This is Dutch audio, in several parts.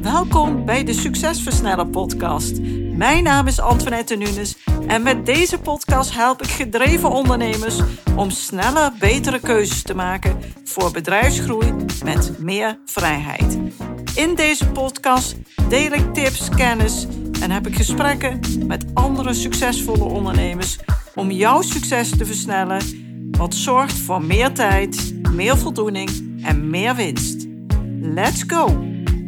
Welkom bij de Succesversneller podcast. Mijn naam is Antoinette Nunes en met deze podcast help ik gedreven ondernemers om snelle, betere keuzes te maken voor bedrijfsgroei met meer vrijheid. In deze podcast deel ik tips, kennis en heb ik gesprekken met andere succesvolle ondernemers om jouw succes te versnellen, wat zorgt voor meer tijd, meer voldoening en meer winst. Let's go!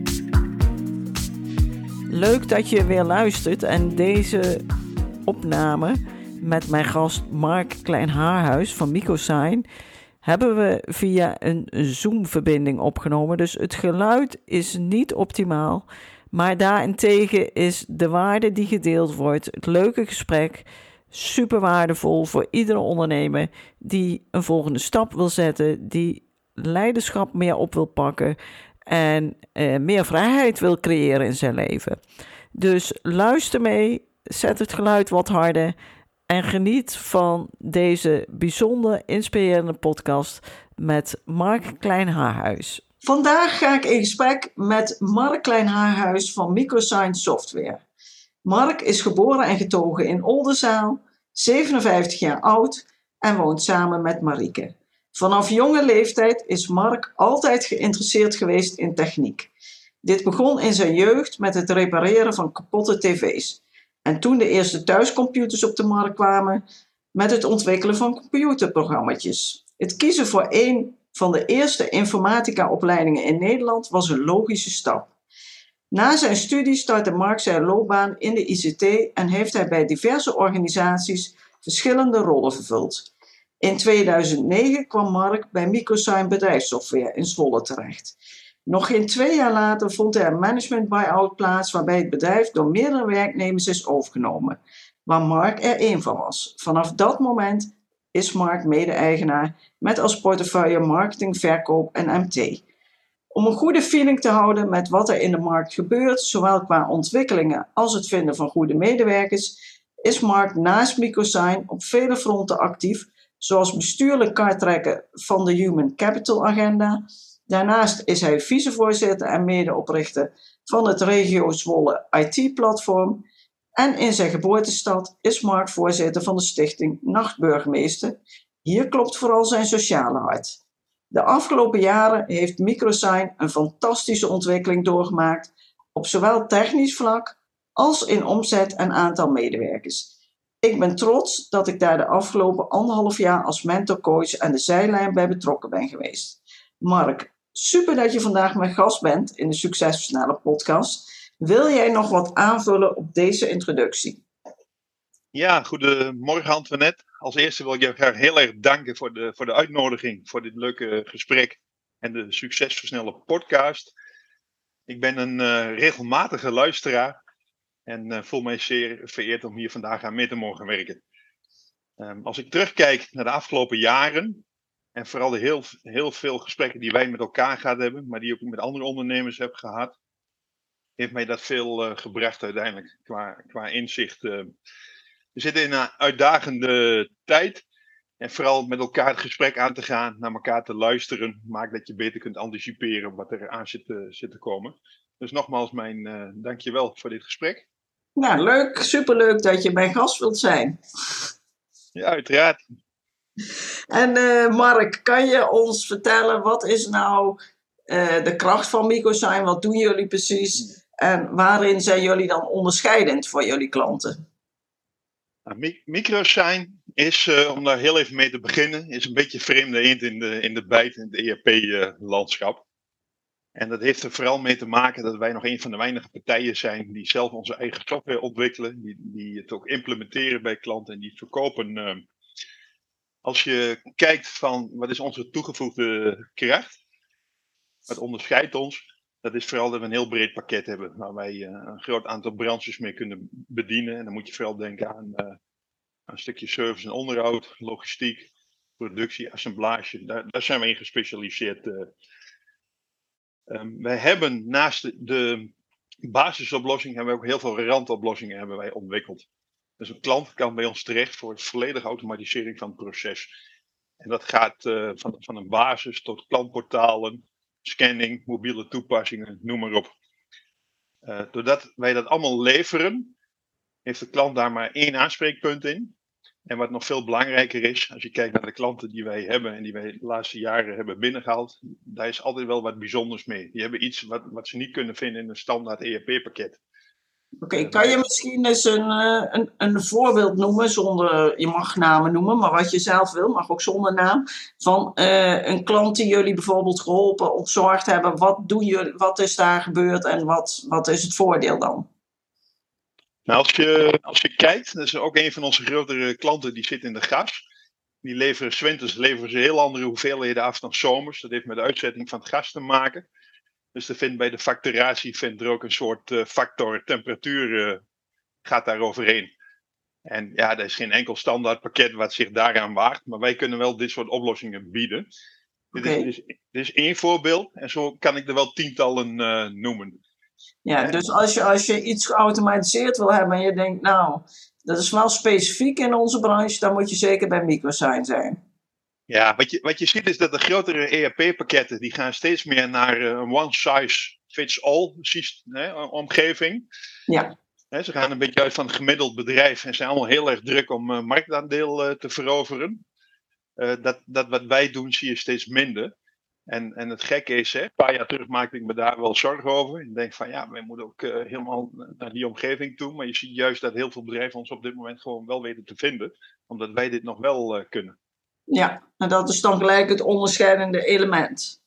Leuk dat je weer luistert en deze opname met mijn gast Mark Klein-Haarhuis van Microsign hebben we via een Zoom-verbinding opgenomen. Dus het geluid is niet optimaal, maar daarentegen is de waarde die gedeeld wordt, het leuke gesprek, super waardevol voor iedere ondernemer die een volgende stap wil zetten, die leiderschap meer op wil pakken en meer vrijheid wil creëren in zijn leven. Dus luister mee, zet het geluid wat harder en geniet van deze bijzonder inspirerende podcast met Mark Klein-Haarhuis. Vandaag ga ik in gesprek met Mark Klein-Haarhuis van Microsign Software. Mark is geboren en getogen in Oldenzaal, 57 jaar oud en woont samen met Marieke. Vanaf jonge leeftijd is Mark altijd geïnteresseerd geweest in techniek. Dit begon in zijn jeugd met het repareren van kapotte tv's. En toen de eerste thuiscomputers op de markt kwamen, met het ontwikkelen van computerprogramma's. Het kiezen voor een van de eerste informatica-opleidingen in Nederland was een logische stap. Na zijn studie startte Mark zijn loopbaan in de ICT en heeft hij bij diverse organisaties verschillende rollen vervuld. In 2009 kwam Mark bij Microsign Bedrijfssoftware in Zwolle terecht. Nog geen 2 jaar later vond er een management buy-out plaats waarbij het bedrijf door meerdere werknemers is overgenomen, waar Mark er één van was. Vanaf dat moment is Mark mede-eigenaar met als portefeuille marketing, verkoop en MT. Om een goede feeling te houden met wat er in de markt gebeurt, zowel qua ontwikkelingen als het vinden van goede medewerkers, is Mark naast Microsign op vele fronten actief, zoals bestuurlijk kaarttrekker van de Human Capital Agenda. Daarnaast is hij vicevoorzitter en medeoprichter van het Regio Zwolle IT-platform. En in zijn geboortestad is Mark voorzitter van de stichting Nachtburgemeester. Hier klopt vooral zijn sociale hart. De afgelopen jaren heeft Microsign een fantastische ontwikkeling doorgemaakt op zowel technisch vlak als in omzet en aantal medewerkers. Ik ben trots dat ik daar de afgelopen 1,5 jaar als mentorcoach aan de zijlijn bij betrokken ben geweest. Mark, super dat je vandaag mijn gast bent in de Succesversneller podcast. Wil jij nog wat aanvullen op deze introductie? Ja, goedemorgen Antoinette. Als eerste wil ik je graag heel erg danken voor de uitnodiging, voor dit leuke gesprek en de Succesversneller podcast. Ik ben een regelmatige luisteraar en voel mij zeer vereerd om hier vandaag aan mee te mogen werken. Als ik terugkijk naar de afgelopen jaren en vooral de heel veel gesprekken die wij met elkaar gehad hebben, maar die ook met andere ondernemers heb gehad, heeft mij dat veel gebracht uiteindelijk qua inzicht. We zitten in een uitdagende tijd en vooral met elkaar het gesprek aan te gaan, naar elkaar te luisteren, maakt dat je beter kunt anticiperen wat er aan zit te komen. Dus nogmaals mijn dankjewel voor dit gesprek. Nou, leuk, superleuk dat je mijn gast wilt zijn. Ja, uiteraard. En Mark, kan je ons vertellen, wat is nou de kracht van Microsign? Wat doen jullie precies? En waarin zijn jullie dan onderscheidend voor jullie klanten? Microsign is, om daar heel even mee te beginnen, is een beetje vreemde eend in de bijt in het ERP-landschap. En dat heeft er vooral mee te maken dat wij nog een van de weinige partijen zijn die zelf onze eigen software ontwikkelen, die het ook implementeren bij klanten en die het verkopen. Als je kijkt van wat is onze toegevoegde kracht, wat onderscheidt ons, dat is vooral dat we een heel breed pakket hebben waar wij een groot aantal branches mee kunnen bedienen. En dan moet je vooral denken aan een stukje service en onderhoud, logistiek, productie, assemblage. Daar zijn we in gespecialiseerd. Wij hebben naast de basisoplossing hebben we ook heel veel randoplossingen hebben wij ontwikkeld. Dus een klant kan bij ons terecht voor volledige automatisering van het proces. En dat gaat van een basis tot klantportalen, scanning, mobiele toepassingen, noem maar op. Doordat wij dat allemaal leveren, heeft de klant daar maar één aanspreekpunt in. En wat nog veel belangrijker is, als je kijkt naar de klanten die wij hebben en die wij de laatste jaren hebben binnengehaald, daar is altijd wel wat bijzonders mee. Die hebben iets wat ze niet kunnen vinden in een standaard ERP-pakket. Oké, kan je misschien eens een voorbeeld noemen, zonder, je mag namen noemen, maar wat je zelf wil, mag ook zonder naam, van een klant die jullie bijvoorbeeld geholpen, ontzorgd hebben. Wat doen jullie, wat is daar gebeurd en wat is het voordeel dan? Nou, als je kijkt, dat is ook een van onze grotere klanten, die zit in de gas. Die leveren 's winters leveren ze heel andere hoeveelheden af dan 's zomers. Dat heeft met de uitzetting van het gas te maken. Dus er vindt bij de facturatie er ook een soort factor temperatuur gaat daar overheen. En ja, er is geen enkel standaard pakket wat zich daaraan waagt. Maar wij kunnen wel dit soort oplossingen bieden. Oké. Dit is één voorbeeld. En zo kan ik er wel tientallen noemen. Ja, dus als je iets geautomatiseerd wil hebben en je denkt, nou, dat is wel specifiek in onze branche, dan moet je zeker bij Microsign zijn. Ja, wat je ziet is dat de grotere ERP-pakketten, die gaan steeds meer naar een one-size-fits-all omgeving. Ja. Ze gaan een beetje uit van het gemiddeld bedrijf en zijn allemaal heel erg druk om marktaandeel te veroveren. Dat wat wij doen, zie je steeds minder. En het gekke is, een paar jaar terug maakte ik me daar wel zorgen over. Ik denk van ja, wij moeten ook helemaal naar die omgeving toe. Maar je ziet juist dat heel veel bedrijven ons op dit moment gewoon wel weten te vinden. Omdat wij dit nog wel kunnen. Ja, en dat is dan gelijk het onderscheidende element.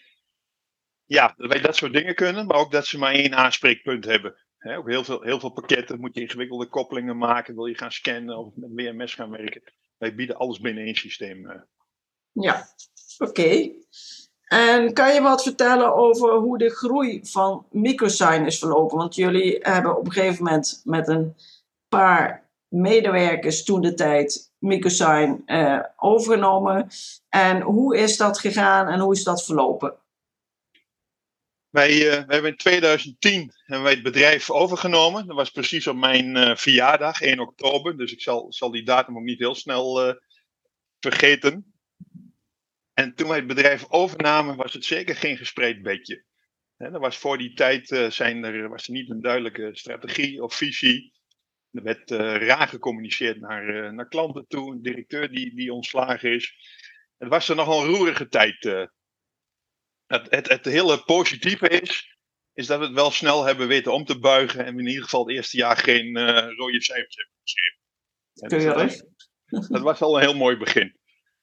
Ja, dat wij dat soort dingen kunnen, maar ook dat ze maar één aanspreekpunt hebben. Ook heel veel pakketten moet je ingewikkelde koppelingen maken. Wil je gaan scannen of met WMS gaan werken. Wij bieden alles binnen één systeem. Ja, oké. En kan je wat vertellen over hoe de groei van Microsign is verlopen? Want jullie hebben op een gegeven moment met een paar medewerkers toen de tijd Microsign overgenomen. En hoe is dat gegaan en hoe is dat verlopen? Wij hebben in 2010 hebben wij het bedrijf overgenomen. Dat was precies op mijn verjaardag, 1 oktober. Dus ik zal die datum ook niet heel snel vergeten. En toen wij het bedrijf overnamen, was het zeker geen gespreid bedje. Er was voor die tijd was er niet een duidelijke strategie of visie. Er werd raar gecommuniceerd naar klanten toe. Een directeur die ontslagen is. Het was er nogal een roerige tijd. Het hele positieve is dat we het wel snel hebben weten om te buigen. En we in ieder geval het eerste jaar geen rode cijfers hebben geschreven. Keurig. Dat was al een heel mooi begin.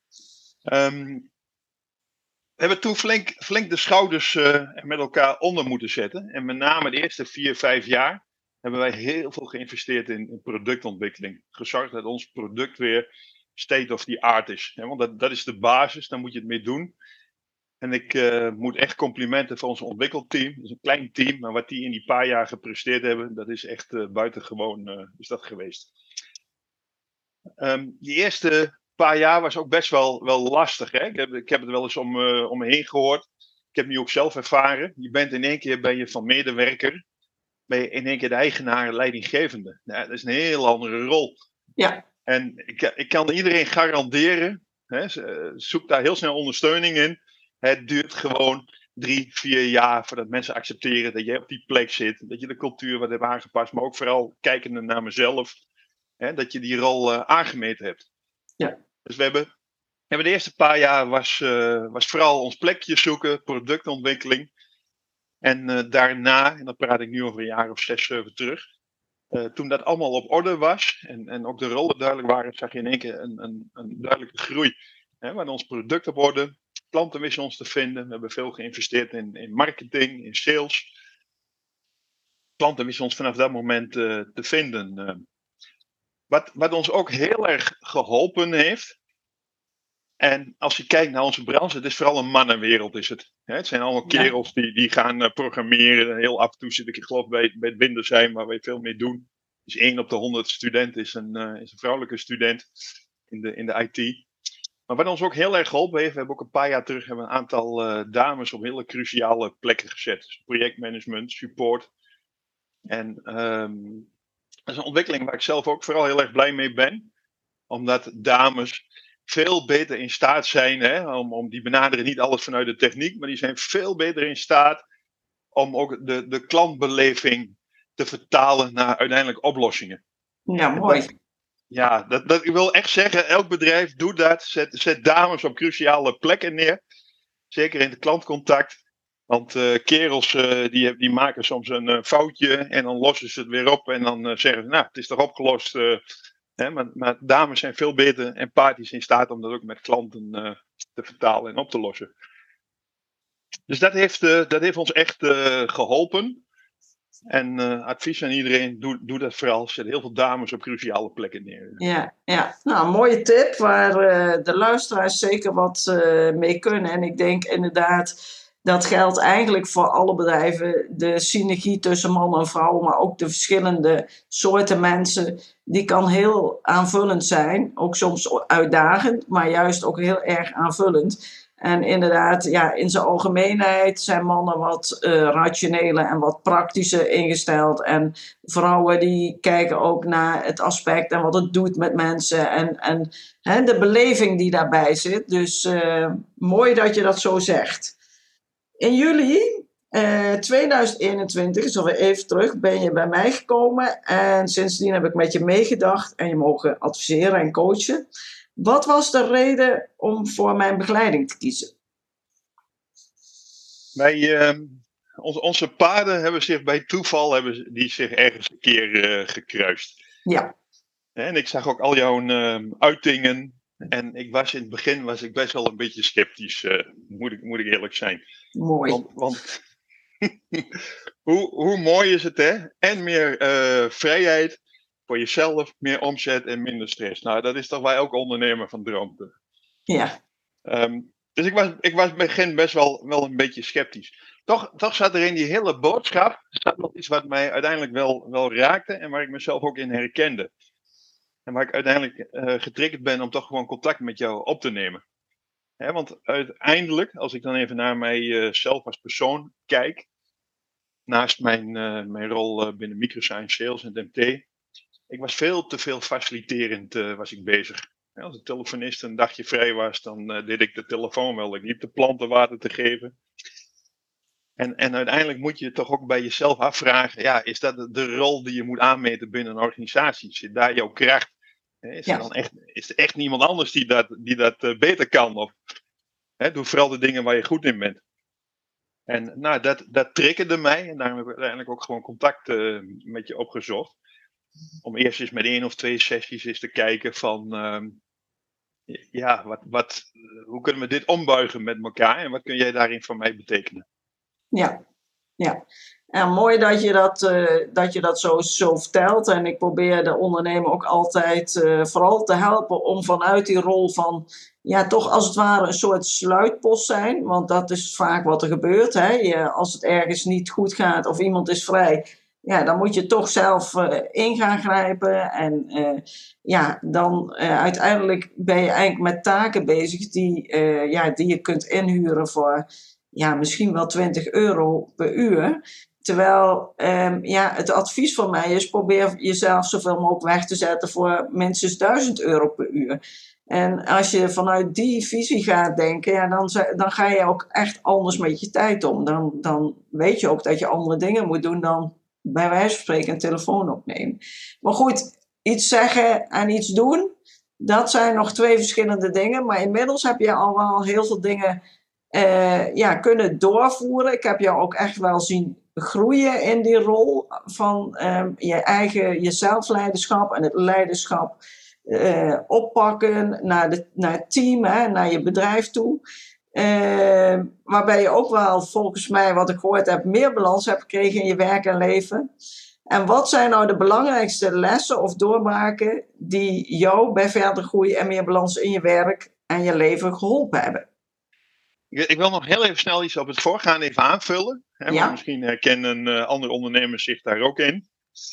We hebben toen flink de schouders met elkaar onder moeten zetten. En met name de eerste 4, 5 jaar hebben wij heel veel geïnvesteerd in productontwikkeling. Gezorgd dat ons product weer state of the art is. Want dat is de basis, daar moet je het mee doen. En ik moet echt complimenten voor ons ontwikkelteam. Het is een klein team, maar wat die in die paar jaar gepresteerd hebben, dat is echt buitengewoon is dat geweest. Die eerste paar jaar was ook best wel lastig. Hè? Ik heb het wel eens om me heen gehoord. Ik heb het nu ook zelf ervaren. Je bent in één keer van medewerker, ben je in één keer de eigenaar, leidinggevende. Nou, dat is een heel andere rol. Ja. En ik kan iedereen garanderen, zoek daar heel snel ondersteuning in. Het duurt gewoon 3, 4 jaar voordat mensen accepteren dat jij op die plek zit. Dat je de cultuur wat hebt aangepast, maar ook vooral kijkende naar mezelf. Dat je die rol aangemeten hebt. Ja. Dus we hebben de eerste paar jaar was vooral ons plekje zoeken, productontwikkeling. En daarna, en dan praat ik nu over een jaar of 6, 7 terug. Toen dat allemaal op orde was en ook de rollen duidelijk waren, zag je in één keer een duidelijke groei. Met ons product op orde, klanten wisten ons te vinden. We hebben veel geïnvesteerd in marketing, in sales. Klanten wisten ons vanaf dat moment te vinden. Wat ons ook heel erg geholpen heeft. En als je kijkt naar onze branche, het is vooral een mannenwereld is het. Het zijn allemaal kerels die gaan programmeren. Heel af en toe zit ik geloof bij het Binder zijn, waar wij veel mee doen. Dus 1 op de 100 studenten is een vrouwelijke student in de IT. Maar wat ons ook heel erg geholpen heeft, we hebben ook een paar jaar terug een aantal dames op hele cruciale plekken gezet. Dus projectmanagement, support. En dat is een ontwikkeling waar ik zelf ook vooral heel erg blij mee ben. Omdat dames veel beter in staat zijn, die benaderen niet alles vanuit de techniek, maar die zijn veel beter in staat om ook de klantbeleving te vertalen naar uiteindelijk oplossingen. Ja, mooi. Ik wil echt zeggen, elk bedrijf doet dat. Zet dames op cruciale plekken neer. Zeker in het klantcontact. Want kerels die maken soms een foutje en dan lossen ze het weer op. En dan zeggen ze, nou, het is toch opgelost. Maar dames zijn veel beter empathisch in staat om dat ook met klanten te vertalen en op te lossen. Dus dat heeft ons echt geholpen. En advies aan iedereen, doe dat vooral. Zet heel veel dames op cruciale plekken neer. Ja. Nou, een mooie tip waar de luisteraars zeker wat mee kunnen. En ik denk inderdaad, dat geldt eigenlijk voor alle bedrijven. De synergie tussen man en vrouw, maar ook de verschillende soorten mensen, die kan heel aanvullend zijn. Ook soms uitdagend, maar juist ook heel erg aanvullend. En inderdaad, in zijn algemeenheid zijn mannen wat rationeler en wat praktischer ingesteld. En vrouwen die kijken ook naar het aspect en wat het doet met mensen. En de beleving die daarbij zit. Dus mooi dat je dat zo zegt. In juli 2021, is alweer even terug, ben je bij mij gekomen. En sindsdien heb ik met je meegedacht en je mogen adviseren en coachen. Wat was de reden om voor mijn begeleiding te kiezen? Onze paden hebben zich bij toeval zich ergens een keer gekruist. Ja. En ik zag ook al jouw uitingen. En in het begin was ik best wel een beetje sceptisch, moet ik eerlijk zijn. Mooi. Want hoe mooi is het, hè? En meer vrijheid voor jezelf, meer omzet en minder stress. Nou, dat is toch waar elke ondernemer van droomt. Ja. Dus ik was bij het begin best wel een beetje sceptisch. Toch zat er in die hele boodschap nog iets wat mij uiteindelijk wel raakte en waar ik mezelf ook in herkende. En waar ik uiteindelijk getriggerd ben om toch gewoon contact met jou op te nemen. Want uiteindelijk, als ik dan even naar mijzelf als persoon kijk, naast mijn rol binnen Microsign Sales en MT, ik was veel te veel faciliterend was ik bezig. Als de telefonist een dagje vrij was, dan deed ik de telefoon wel. Ik liep de planten water te geven. En uiteindelijk moet je toch ook bij jezelf afvragen, is dat de rol die je moet aanmeten binnen een organisatie? Zit daar jouw kracht? Is er echt niemand anders die dat beter kan? Of doe vooral de dingen waar je goed in bent. En nou, dat triggerde mij. En daarom heb ik uiteindelijk ook gewoon contact met je opgezocht. Om eerst eens met 1 of 2 sessies eens te kijken van... hoe kunnen we dit ombuigen met elkaar? En wat kun jij daarin voor mij betekenen? Ja. En mooi dat je dat zo vertelt. En ik probeer de ondernemer ook altijd vooral te helpen om vanuit die rol van... toch als het ware een soort sluitpost zijn. Want dat is vaak wat er gebeurt. Hè? Als het ergens niet goed gaat of iemand is vrij... dan moet je toch zelf in gaan grijpen. En dan uiteindelijk ben je eigenlijk met taken bezig die je kunt inhuren voor... misschien wel €20 per uur. Terwijl het advies van mij is, probeer jezelf zoveel mogelijk weg te zetten voor minstens €1000 per uur. En als je vanuit die visie gaat denken, dan ga je ook echt anders met je tijd om. Dan weet je ook dat je andere dingen moet doen dan bij wijze van spreken een telefoon opnemen. Maar goed, iets zeggen en iets doen, dat zijn nog 2 verschillende dingen. Maar inmiddels heb je al wel heel veel dingen kunnen doorvoeren. Ik heb jou ook echt wel zien groeien in die rol van je zelfleiderschap en het leiderschap oppakken naar het team, naar je bedrijf toe. Waarbij je ook wel, volgens mij, wat ik gehoord heb, meer balans hebt gekregen in je werk en leven. En wat zijn nou de belangrijkste lessen of doorbraken die jou bij verder groei en meer balans in je werk en je leven geholpen hebben? Ik wil nog heel even snel iets op het voorgaande even aanvullen. Want misschien herkennen andere ondernemers zich daar ook in.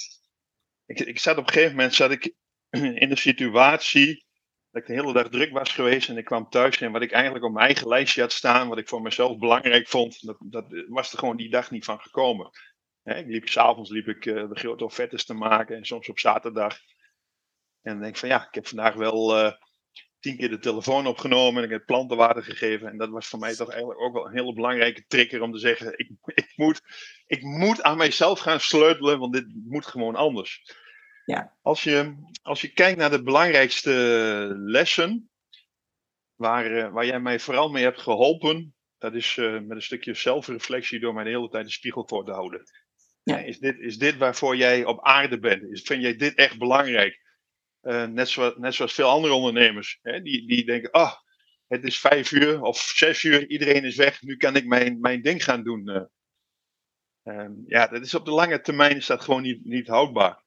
Ik zat op een gegeven moment in de situatie dat ik de hele dag druk was geweest. En ik kwam thuis en wat ik eigenlijk op mijn eigen lijstje had staan, wat ik voor mezelf belangrijk vond, dat was er gewoon die dag niet van gekomen. S'avonds liep ik de grote offertes te maken en soms op zaterdag. En dan denk ik van ik heb vandaag wel 10 keer de telefoon opgenomen en ik heb plantenwater gegeven. En dat was voor mij toch eigenlijk ook wel een hele belangrijke trigger om te zeggen, ik moet aan mijzelf gaan sleutelen, want dit moet gewoon anders. Ja. Als je kijkt naar de belangrijkste lessen, waar jij mij vooral mee hebt geholpen, dat is met een stukje zelfreflectie door mij de hele tijd de spiegel voor te houden. Ja. Is dit waarvoor jij op aarde bent? Vind jij dit echt belangrijk? Net zoals veel andere ondernemers. Die denken, het is 5 uur of 6 uur, iedereen is weg, nu kan ik mijn ding gaan doen. Dat is op de lange termijn is dat gewoon niet houdbaar.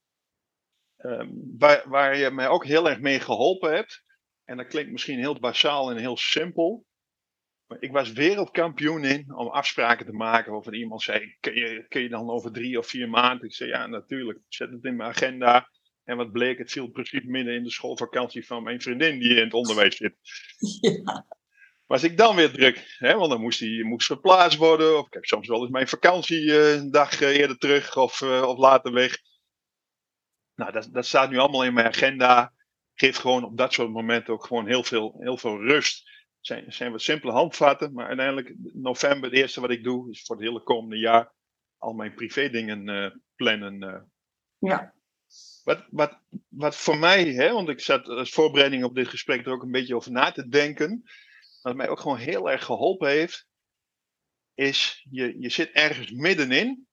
Waar je mij ook heel erg mee geholpen hebt, en dat klinkt misschien heel basaal en heel simpel, maar ik was wereldkampioen in om afspraken te maken waarvan iemand zei, kun je dan over 3 of 4 maanden? Ik zei, ja natuurlijk, ik zet het in mijn agenda. En wat bleek, het viel precies midden in de schoolvakantie van mijn vriendin die in het onderwijs zit. Ja. Was ik dan weer druk, want dan moest verplaatst worden. Of ik heb soms wel eens mijn vakantie een dag eerder terug of later weg. Nou, dat staat nu allemaal in mijn agenda. Geeft gewoon op dat soort momenten ook gewoon heel veel rust. Het zijn wat simpele handvatten, maar uiteindelijk november, het eerste wat ik doe, is voor het hele komende jaar al mijn privé dingen plannen. Ja. Wat voor mij, want ik zat als voorbereiding op dit gesprek er ook een beetje over na te denken. Wat mij ook gewoon heel erg geholpen heeft, is je zit ergens middenin.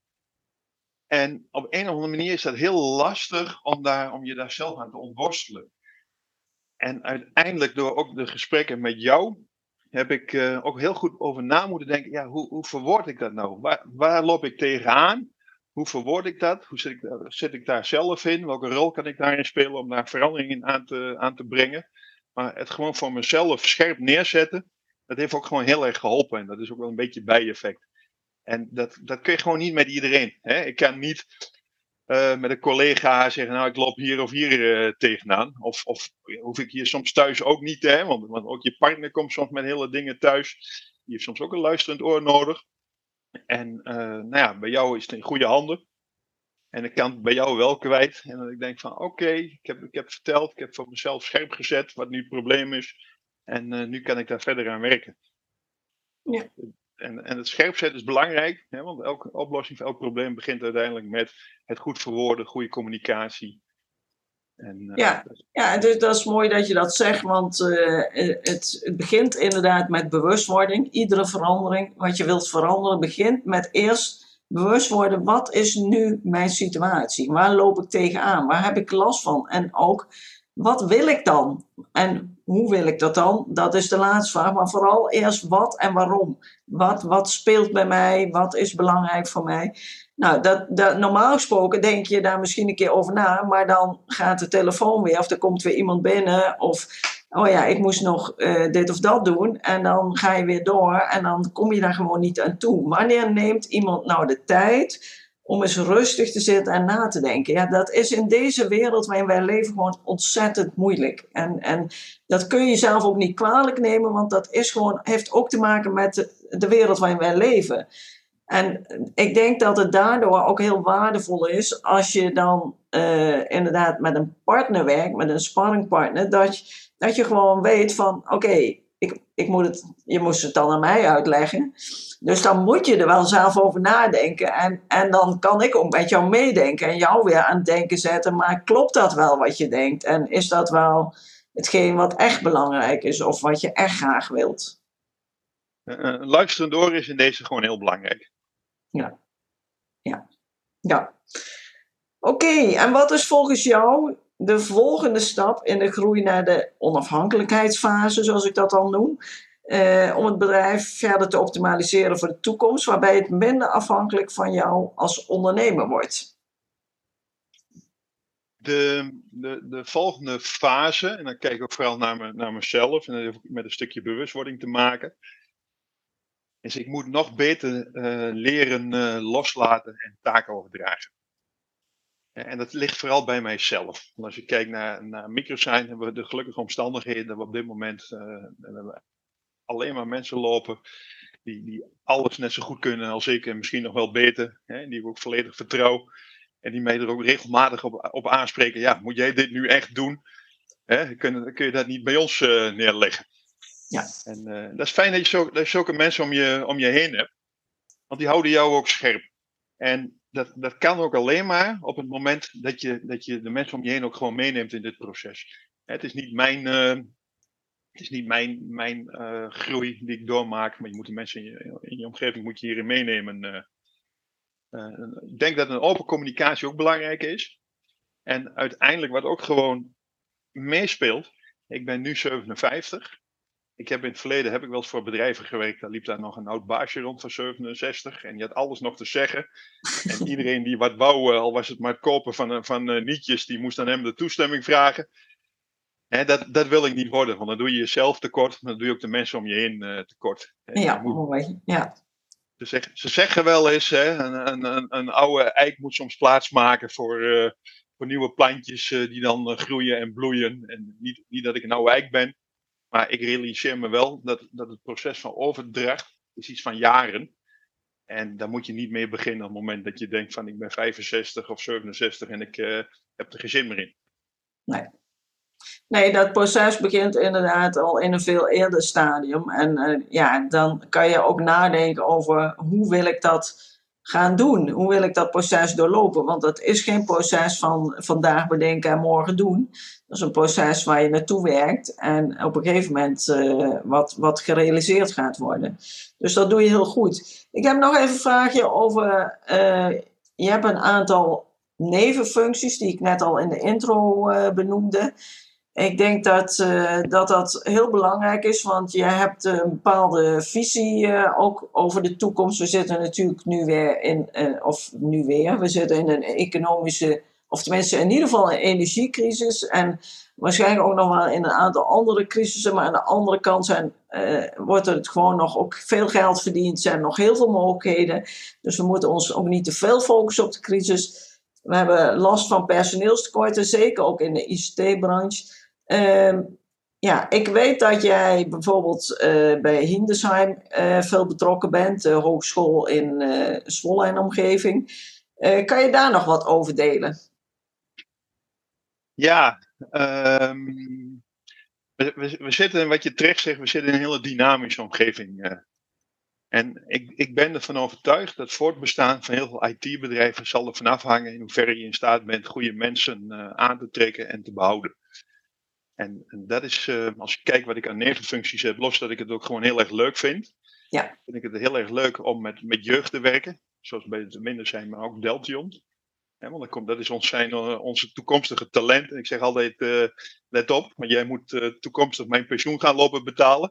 En op een of andere manier is dat heel lastig om je daar zelf aan te ontworstelen. En uiteindelijk door ook de gesprekken met jou, heb ik ook heel goed over na moeten denken. Ja, hoe verwoord ik dat nou? Waar loop ik tegenaan? Hoe verwoord ik dat? Hoe zit ik daar zelf in? Welke rol kan ik daarin spelen om daar veranderingen aan te brengen? Maar het gewoon voor mezelf scherp neerzetten, dat heeft ook gewoon heel erg geholpen. En dat is ook wel een beetje bijeffect. En dat kun je gewoon niet met iedereen. Ik kan niet met een collega zeggen, nou ik loop hier of hier tegenaan. Of hoef ik hier soms thuis ook niet, want ook je partner komt soms met hele dingen thuis. Die heeft soms ook een luisterend oor nodig. En bij jou is het in goede handen. En ik kan het bij jou wel kwijt. En dan denk ik van oké, ik heb verteld, ik heb voor mezelf scherp gezet wat nu het probleem is. En nu kan ik daar verder aan werken. Ja. En het scherp zetten is belangrijk, want elke oplossing voor elk probleem begint uiteindelijk met het goed verwoorden, goede communicatie. Dus dat is mooi dat je dat zegt, want het begint inderdaad met bewustwording. Iedere verandering, wat je wilt veranderen, begint met eerst bewust worden, wat is nu mijn situatie? Waar loop ik tegenaan? Waar heb ik last van? En ook, wat wil ik dan? En hoe wil ik dat dan? Dat is de laatste vraag, maar vooral eerst wat en waarom. Wat speelt bij mij? Wat is belangrijk voor mij? Nou, normaal gesproken denk je daar misschien een keer over na, maar dan gaat de telefoon weer of er komt weer iemand binnen of ik moest nog dit of dat doen en dan ga je weer door en dan kom je daar gewoon niet aan toe. Wanneer neemt iemand nou de tijd om eens rustig te zitten en na te denken? Ja, dat is in deze wereld waarin wij leven gewoon ontzettend moeilijk. En dat kun je zelf ook niet kwalijk nemen, want dat is gewoon, heeft ook te maken met de wereld waarin wij leven. En ik denk dat het daardoor ook heel waardevol is als je dan inderdaad met een partner werkt, met een sparringpartner, dat je gewoon weet van oké, je moest het dan aan mij uitleggen. Dus dan moet je er wel zelf over nadenken. En dan kan ik ook met jou meedenken en jou weer aan het denken zetten. Maar klopt dat wel wat je denkt? En is dat wel hetgeen wat echt belangrijk is of wat je echt graag wilt? Luisterend oor is in deze gewoon heel belangrijk. Ja. Oké, en wat is volgens jou de volgende stap in de groei naar de onafhankelijkheidsfase, zoals ik dat dan noem, om het bedrijf verder te optimaliseren voor de toekomst, waarbij het minder afhankelijk van jou als ondernemer wordt? De volgende fase, en dan kijk ik ook vooral naar mezelf, en dat heeft ook met een stukje bewustwording te maken, is ik moet nog beter leren loslaten en taken overdragen. En dat ligt vooral bij mijzelf. Want als je kijkt naar Microsign, hebben we de gelukkige omstandigheden dat we op dit moment alleen maar mensen lopen die alles net zo goed kunnen als ik en misschien nog wel beter. Die ik ook volledig vertrouw. En die mij er ook regelmatig op aanspreken. Ja, moet jij dit nu echt doen? kun je dat niet bij ons neerleggen. Ja. En dat is fijn dat je zulke mensen om je heen hebt. Want die houden jou ook scherp. En dat kan ook alleen maar op het moment dat je de mensen om je heen ook gewoon meeneemt in dit proces. Het is niet mijn groei die ik doormaak, maar je moet de mensen in je omgeving moet je hierin meenemen. Ik denk dat een open communicatie ook belangrijk is. En uiteindelijk wat ook gewoon meespeelt. Ik ben nu 57. In het verleden heb ik wel eens voor bedrijven gewerkt. Daar liep daar nog een oud baasje rond van 67. En die had alles nog te zeggen. En iedereen die wat wou, al was het maar het kopen van nietjes, die moest aan hem de toestemming vragen. Dat wil ik niet worden. Want dan doe je jezelf tekort. Maar dan doe je ook de mensen om je heen tekort. Ja, mooi. Ja. Ze zeggen wel eens, een oude eik moet soms plaatsmaken voor nieuwe plantjes die dan groeien en bloeien. En niet dat ik een oude eik ben. Maar ik realiseer me wel dat het proces van overdracht is iets van jaren. En daar moet je niet mee beginnen op het moment dat je denkt van ik ben 65 of 67 en ik heb er geen zin meer in. Nee, dat proces begint inderdaad al in een veel eerder stadium. En dan kan je ook nadenken over hoe wil ik dat gaan doen? Hoe wil ik dat proces doorlopen? Want dat is geen proces van vandaag bedenken en morgen doen. Dat is een proces waar je naartoe werkt en op een gegeven moment wat gerealiseerd gaat worden. Dus dat doe je heel goed. Ik heb nog even een vraagje over, je hebt een aantal nevenfuncties die ik net al in de intro benoemde. Ik denk dat heel belangrijk is, want je hebt een bepaalde visie ook over de toekomst. We zitten natuurlijk we zitten in een economische, of tenminste in ieder geval een energiecrisis. En waarschijnlijk ook nog wel in een aantal andere crisissen. Maar aan de andere kant wordt er gewoon nog ook veel geld verdiend. Zijn nog heel veel mogelijkheden. Dus we moeten ons ook niet te veel focussen op de crisis. We hebben last van personeelstekorten, zeker ook in de ICT-branche. Ik weet dat jij bijvoorbeeld bij Hindesheim veel betrokken bent, de hogeschool in Zwolle en omgeving. Kan je daar nog wat over delen? Ja, we zitten, wat je terecht zegt, we zitten in een hele dynamische omgeving. En ik ben ervan overtuigd dat het voortbestaan van heel veel IT-bedrijven zal ervan afhangen in hoeverre je in staat bent goede mensen aan te trekken en te behouden. En dat is, als je kijkt wat ik aan nevenfuncties heb, los dat ik het ook gewoon heel erg leuk vind. Ja. Vind ik het heel erg leuk om met jeugd te werken. Zoals bij het minder zijn, maar ook Deltion. Want dat is onze toekomstige talent. En ik zeg altijd, let op, want jij moet toekomstig mijn pensioen gaan lopen betalen.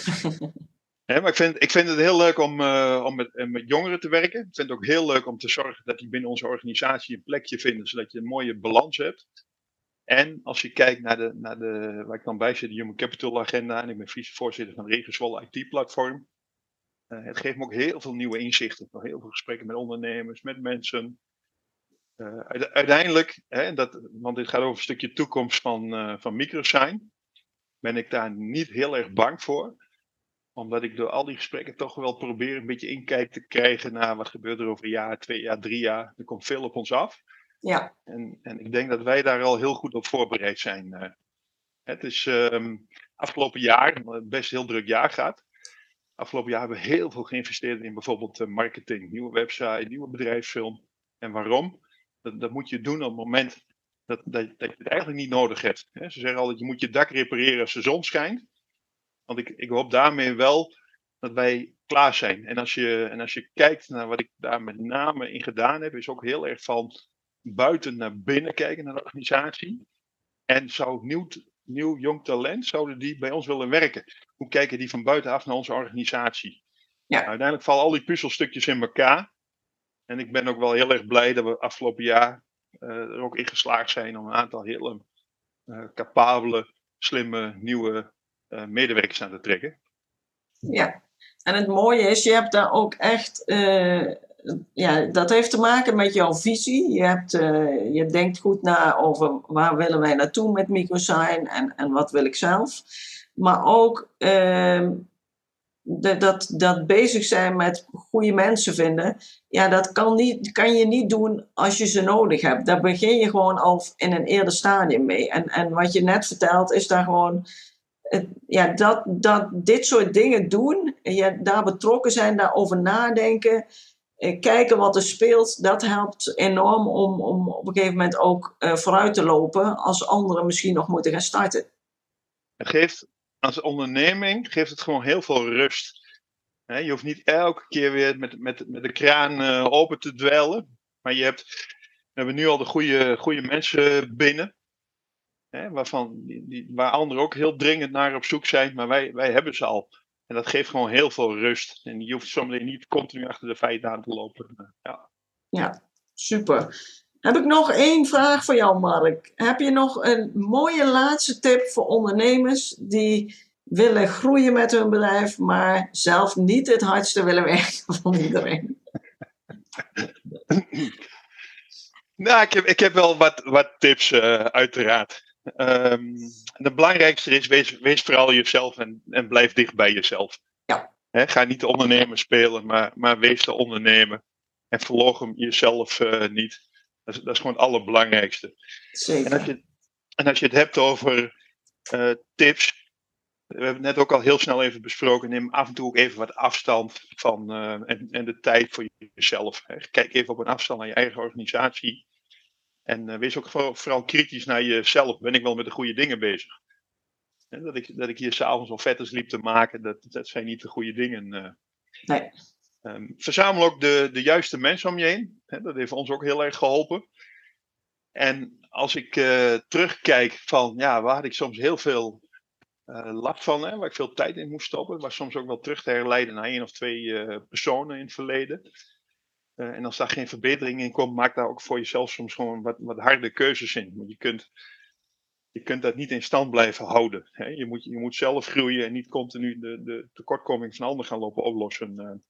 Maar ik vind het heel leuk om met jongeren te werken. Ik vind het ook heel leuk om te zorgen dat die binnen onze organisatie een plekje vinden, zodat je een mooie balans hebt. En als je kijkt naar de waar ik dan bij zit, de Human Capital Agenda, en ik ben vicevoorzitter van Regio Zwolle IT-platform. Het geeft me ook heel veel nieuwe inzichten. Nog heel veel gesprekken met ondernemers, met mensen. Uiteindelijk, want dit gaat over een stukje toekomst van Microsign, ben ik daar niet heel erg bang voor. Omdat ik door al die gesprekken toch wel probeer een beetje inkijk te krijgen naar wat gebeurt er over een jaar, 2 jaar, 3 jaar. Er komt veel op ons af. Ja. En ik denk dat wij daar al heel goed op voorbereid zijn. Het is afgelopen jaar best een heel druk jaar gehad. Afgelopen jaar hebben we heel veel geïnvesteerd in bijvoorbeeld marketing, nieuwe website, nieuwe bedrijfsfilm. En waarom? Dat moet je doen op het moment dat je het eigenlijk niet nodig hebt. Ze zeggen altijd, je moet je dak repareren als de zon schijnt. Want ik hoop daarmee wel dat wij klaar zijn. En als je kijkt naar wat ik daar met name in gedaan heb, is ook heel erg van buiten naar binnen kijken naar de organisatie. En zou nieuw jong talent, zouden die bij ons willen werken? Hoe kijken die van buitenaf naar onze organisatie? Ja. Uiteindelijk vallen al die puzzelstukjes in elkaar. En ik ben ook wel heel erg blij dat we afgelopen jaar er ook in geslaagd zijn om een aantal hele capabele, slimme, nieuwe medewerkers aan te trekken. Ja, en het mooie is, je hebt daar ook echt, dat heeft te maken met jouw visie. Je denkt goed na over waar willen wij naartoe met Microsign en wat wil ik zelf. Maar ook, dat bezig zijn met goede mensen vinden, ja, dat kan je niet doen als je ze nodig hebt. Daar begin je gewoon al in een eerder stadium mee. En wat je net vertelt, is daar gewoon dat dit soort dingen doen, daar betrokken zijn, daarover nadenken, kijken wat er speelt, dat helpt enorm om op een gegeven moment ook vooruit te lopen als anderen misschien nog moeten gaan starten. Als onderneming geeft het gewoon heel veel rust. Je hoeft niet elke keer weer met de kraan open te dweilen. Maar we hebben nu al de goede mensen binnen. Waar anderen ook heel dringend naar op zoek zijn. Maar wij hebben ze al. En dat geeft gewoon heel veel rust. En je hoeft zometeen niet continu achter de feiten aan te lopen. Ja, super. Heb ik nog 1 vraag voor jou, Mark. Heb je nog een mooie laatste tip voor ondernemers die willen groeien met hun bedrijf, maar zelf niet het hardste willen werken van iedereen? Nou, ik heb wel wat tips, uiteraard. De belangrijkste is, wees vooral jezelf en blijf dicht bij jezelf. Ja. Ga niet de ondernemer spelen, maar wees de ondernemer. En verloochen jezelf niet. Dat is gewoon het allerbelangrijkste. Zeker. En als je het hebt over tips. We hebben het net ook al heel snel even besproken. Neem af en toe ook even wat afstand van en de tijd voor jezelf. Kijk even op een afstand naar je eigen organisatie. En wees ook vooral kritisch naar jezelf. Ben ik wel met de goede dingen bezig? Dat ik hier s'avonds al vetters liep te maken. Dat zijn niet de goede dingen. Nee. Verzamel ook de juiste mensen om je heen. Dat heeft ons ook heel erg geholpen. En als ik terugkijk van, waar had ik soms heel veel last van, waar ik veel tijd in moest stoppen, was soms ook wel terug te herleiden naar 1 of 2 personen in het verleden. En als daar geen verbetering in komt, maak daar ook voor jezelf soms gewoon wat harde keuzes in. Want je kunt dat niet in stand blijven houden. Je moet zelf groeien en niet continu de tekortkoming van anderen gaan lopen oplossen.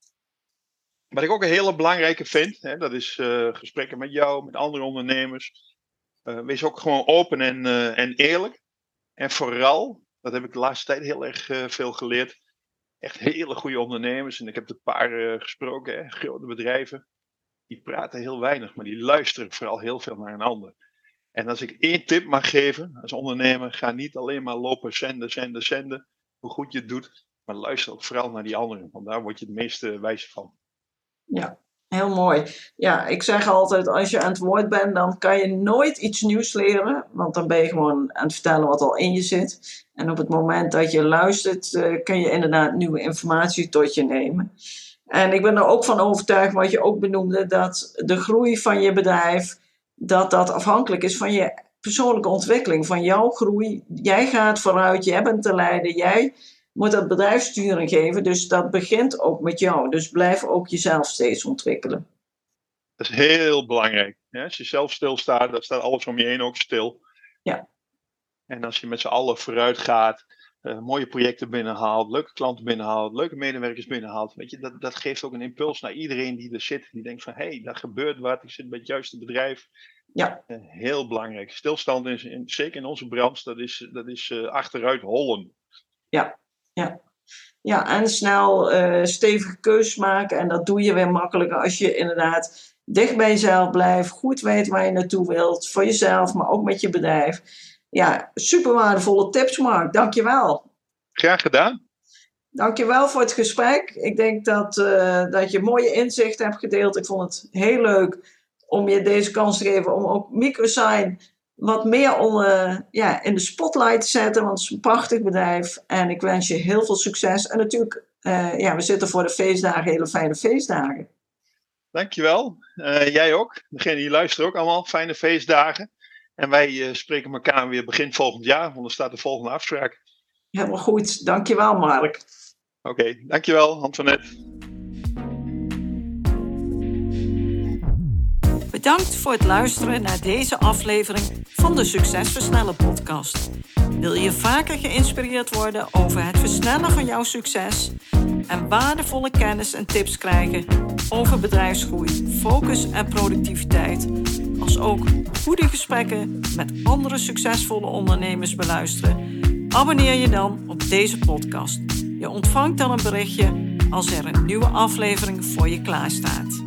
Wat ik ook een hele belangrijke vind, dat is gesprekken met jou, met andere ondernemers. Wees ook gewoon open en eerlijk. En vooral, dat heb ik de laatste tijd heel erg veel geleerd, echt hele goede ondernemers. En ik heb een paar gesproken, grote bedrijven. Die praten heel weinig, maar die luisteren vooral heel veel naar een ander. En als ik 1 tip mag geven als ondernemer, ga niet alleen maar lopen zenden, hoe goed je het doet. Maar luister ook vooral naar die anderen, want daar word je het meeste wijs van. Ja, heel mooi. Ja, ik zeg altijd, als je aan het woord bent, dan kan je nooit iets nieuws leren. Want dan ben je gewoon aan het vertellen wat al in je zit. En op het moment dat je luistert, kun je inderdaad nieuwe informatie tot je nemen. En ik ben er ook van overtuigd, wat je ook benoemde, dat de groei van je bedrijf, dat afhankelijk is van je persoonlijke ontwikkeling, van jouw groei. Jij gaat vooruit, jij bent te leiden, jij moet dat bedrijf sturing geven. Dus dat begint ook met jou. Dus blijf ook jezelf steeds ontwikkelen. Dat is heel belangrijk. Als je zelf stilstaat, dan staat alles om je heen ook stil. Ja. En als je met z'n allen vooruit gaat, mooie projecten binnenhaalt, leuke klanten binnenhaalt, leuke medewerkers binnenhaalt, weet je, dat geeft ook een impuls naar iedereen die er zit. Die denkt van, hé, daar gebeurt wat, ik zit bij het juiste bedrijf. Ja. Heel belangrijk. Stilstand is, zeker in onze branche, dat is achteruit hollen. Ja. Ja, en snel stevige keuzes maken. En dat doe je weer makkelijker als je inderdaad dicht bij jezelf blijft. Goed weet waar je naartoe wilt. Voor jezelf, maar ook met je bedrijf. Ja, super waardevolle tips, Mark. Dankjewel. Graag gedaan. Dankjewel voor het gesprek. Ik denk dat je mooie inzichten hebt gedeeld. Ik vond het heel leuk om je deze kans te geven om ook Microsign wat meer in de spotlight te zetten, want het is een prachtig bedrijf. En ik wens je heel veel succes. En natuurlijk, we zitten voor de feestdagen, hele fijne feestdagen. Dankjewel. Jij ook. Degene die luisteren ook allemaal, fijne feestdagen. En wij spreken elkaar weer begin volgend jaar, want er staat de volgende afspraak. Helemaal goed. Dankjewel, Mark. Oké, dankjewel, Antoinette. Bedankt voor het luisteren naar deze aflevering van de Succesversnellen podcast. Wil je vaker geïnspireerd worden over het versnellen van jouw succes en waardevolle kennis en tips krijgen over bedrijfsgroei, focus en productiviteit, als ook goede gesprekken met andere succesvolle ondernemers beluisteren? Abonneer je dan op deze podcast. Je ontvangt dan een berichtje als er een nieuwe aflevering voor je klaarstaat.